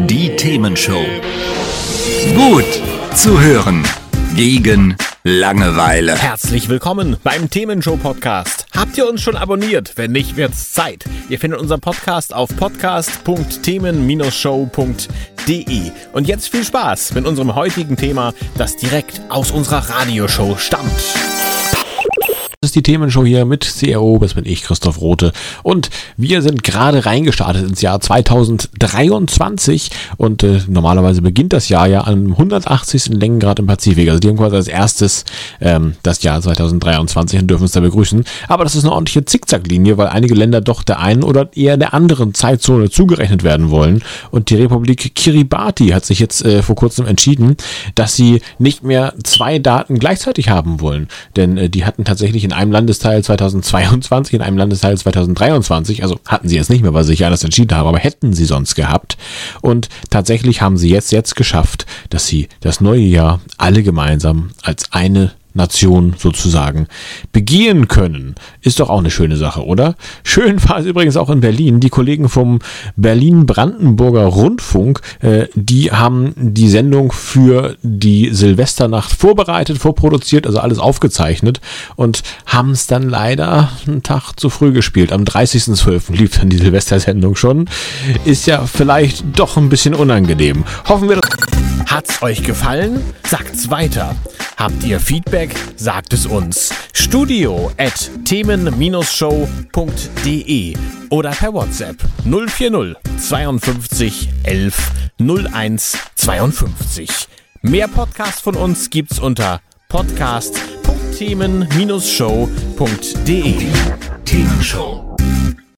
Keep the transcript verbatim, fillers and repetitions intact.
Die Themenshow. Gut zu hören. Gegen Langeweile. Herzlich willkommen beim Themenshow-Podcast. Habt ihr uns schon abonniert? Wenn nicht, wird's Zeit. Ihr findet unseren Podcast auf podcast punkt themen show punkt de. Und jetzt viel Spaß mit unserem heutigen Thema, das direkt aus unserer Radioshow stammt. Das ist die Themenshow hier mit C R O, das bin ich, Christoph Rothe. Und wir sind gerade reingestartet ins Jahr zweitausenddreiundzwanzig und äh, normalerweise beginnt das Jahr ja am hundertachtzigsten Längengrad im Pazifik. Also die haben quasi als erstes ähm, das Jahr zweitausenddreiundzwanzig und dürfen uns da begrüßen. Aber das ist eine ordentliche Zickzacklinie, weil einige Länder doch der einen oder eher der anderen Zeitzone zugerechnet werden wollen. Und die Republik Kiribati hat sich jetzt äh, vor kurzem entschieden, dass sie nicht mehr zwei Daten gleichzeitig haben wollen. Denn äh, die hatten tatsächlich in einem Landesteil zweitausendzweiundzwanzig, in einem Landesteil zweitausenddreiundzwanzig, also hatten sie jetzt nicht mehr, weil sie sich anders entschieden haben, aber hätten sie sonst gehabt. Und tatsächlich haben sie jetzt, jetzt geschafft, dass sie das neue Jahr alle gemeinsam als eine Nation sozusagen begehen können. Ist doch auch eine schöne Sache, oder? Schön war es übrigens auch in Berlin. Die Kollegen vom Berlin-Brandenburger Rundfunk, äh, die haben die Sendung für die Silvesternacht vorbereitet, vorproduziert, also alles aufgezeichnet und haben es dann leider einen Tag zu früh gespielt. Am dreißigsten zwölften lief dann die Silvestersendung schon. Ist ja vielleicht doch ein bisschen unangenehm. Hoffen wir, Hat's euch gefallen? Sagt's weiter. Habt ihr Feedback? Sagt es uns. Studio at themen show punkt de oder per WhatsApp null vier null zweiundfünfzig elf null eins zweiundfünfzig. Mehr Podcasts von uns gibt's unter podcast punkt themen show punkt de. Themenshow.